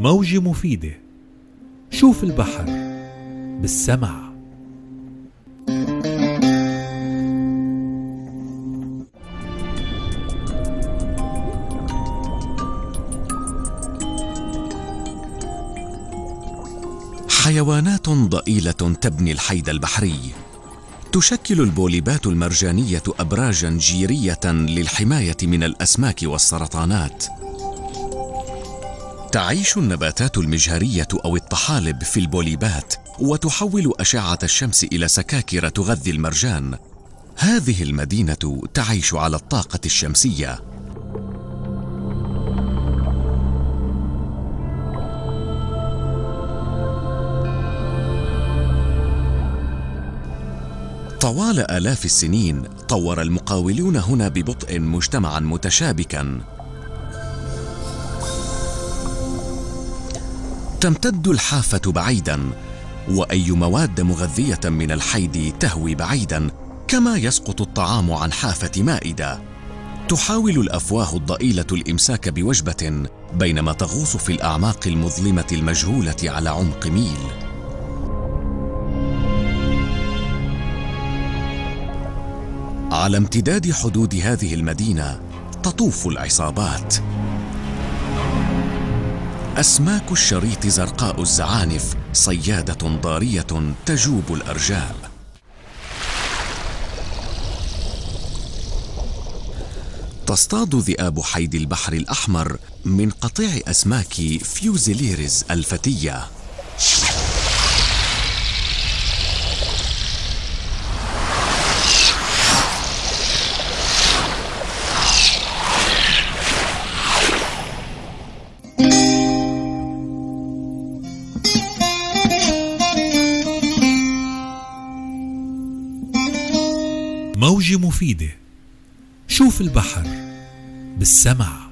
موجة مفيدة. شوف البحر بالسمع. حيوانات ضئيلة تبني الحيد البحري. تشكل البوليبات المرجانية أبراجا جيرية للحماية من الأسماك والسرطانات. تعيش النباتات المجهرية أو الطحالب في البوليبات، وتحول أشعة الشمس إلى سكاكر تغذي المرجان. هذه المدينة تعيش على الطاقة الشمسية. طوال آلاف السنين طور المقاولون هنا ببطء مجتمعا متشابكا. تمتد الحافة بعيدا، وأي مواد مغذية من الحيد تهوي بعيدا، كما يسقط الطعام عن حافة مائدة. تحاول الأفواه الضئيلة الإمساك بوجبة بينما تغوص في الأعماق المظلمة المجهولة على عمق ميل. على امتداد حدود هذه المدينة تطوف العصابات. أسماك الشريط زرقاء الزعانف صيادة ضارية تجوب الأرجاء. تصطاد ذئاب حيد البحر الأحمر من قطيع أسماك فيوزيليرز الفتية. موجة مفيدة. شوف البحر بالسمع.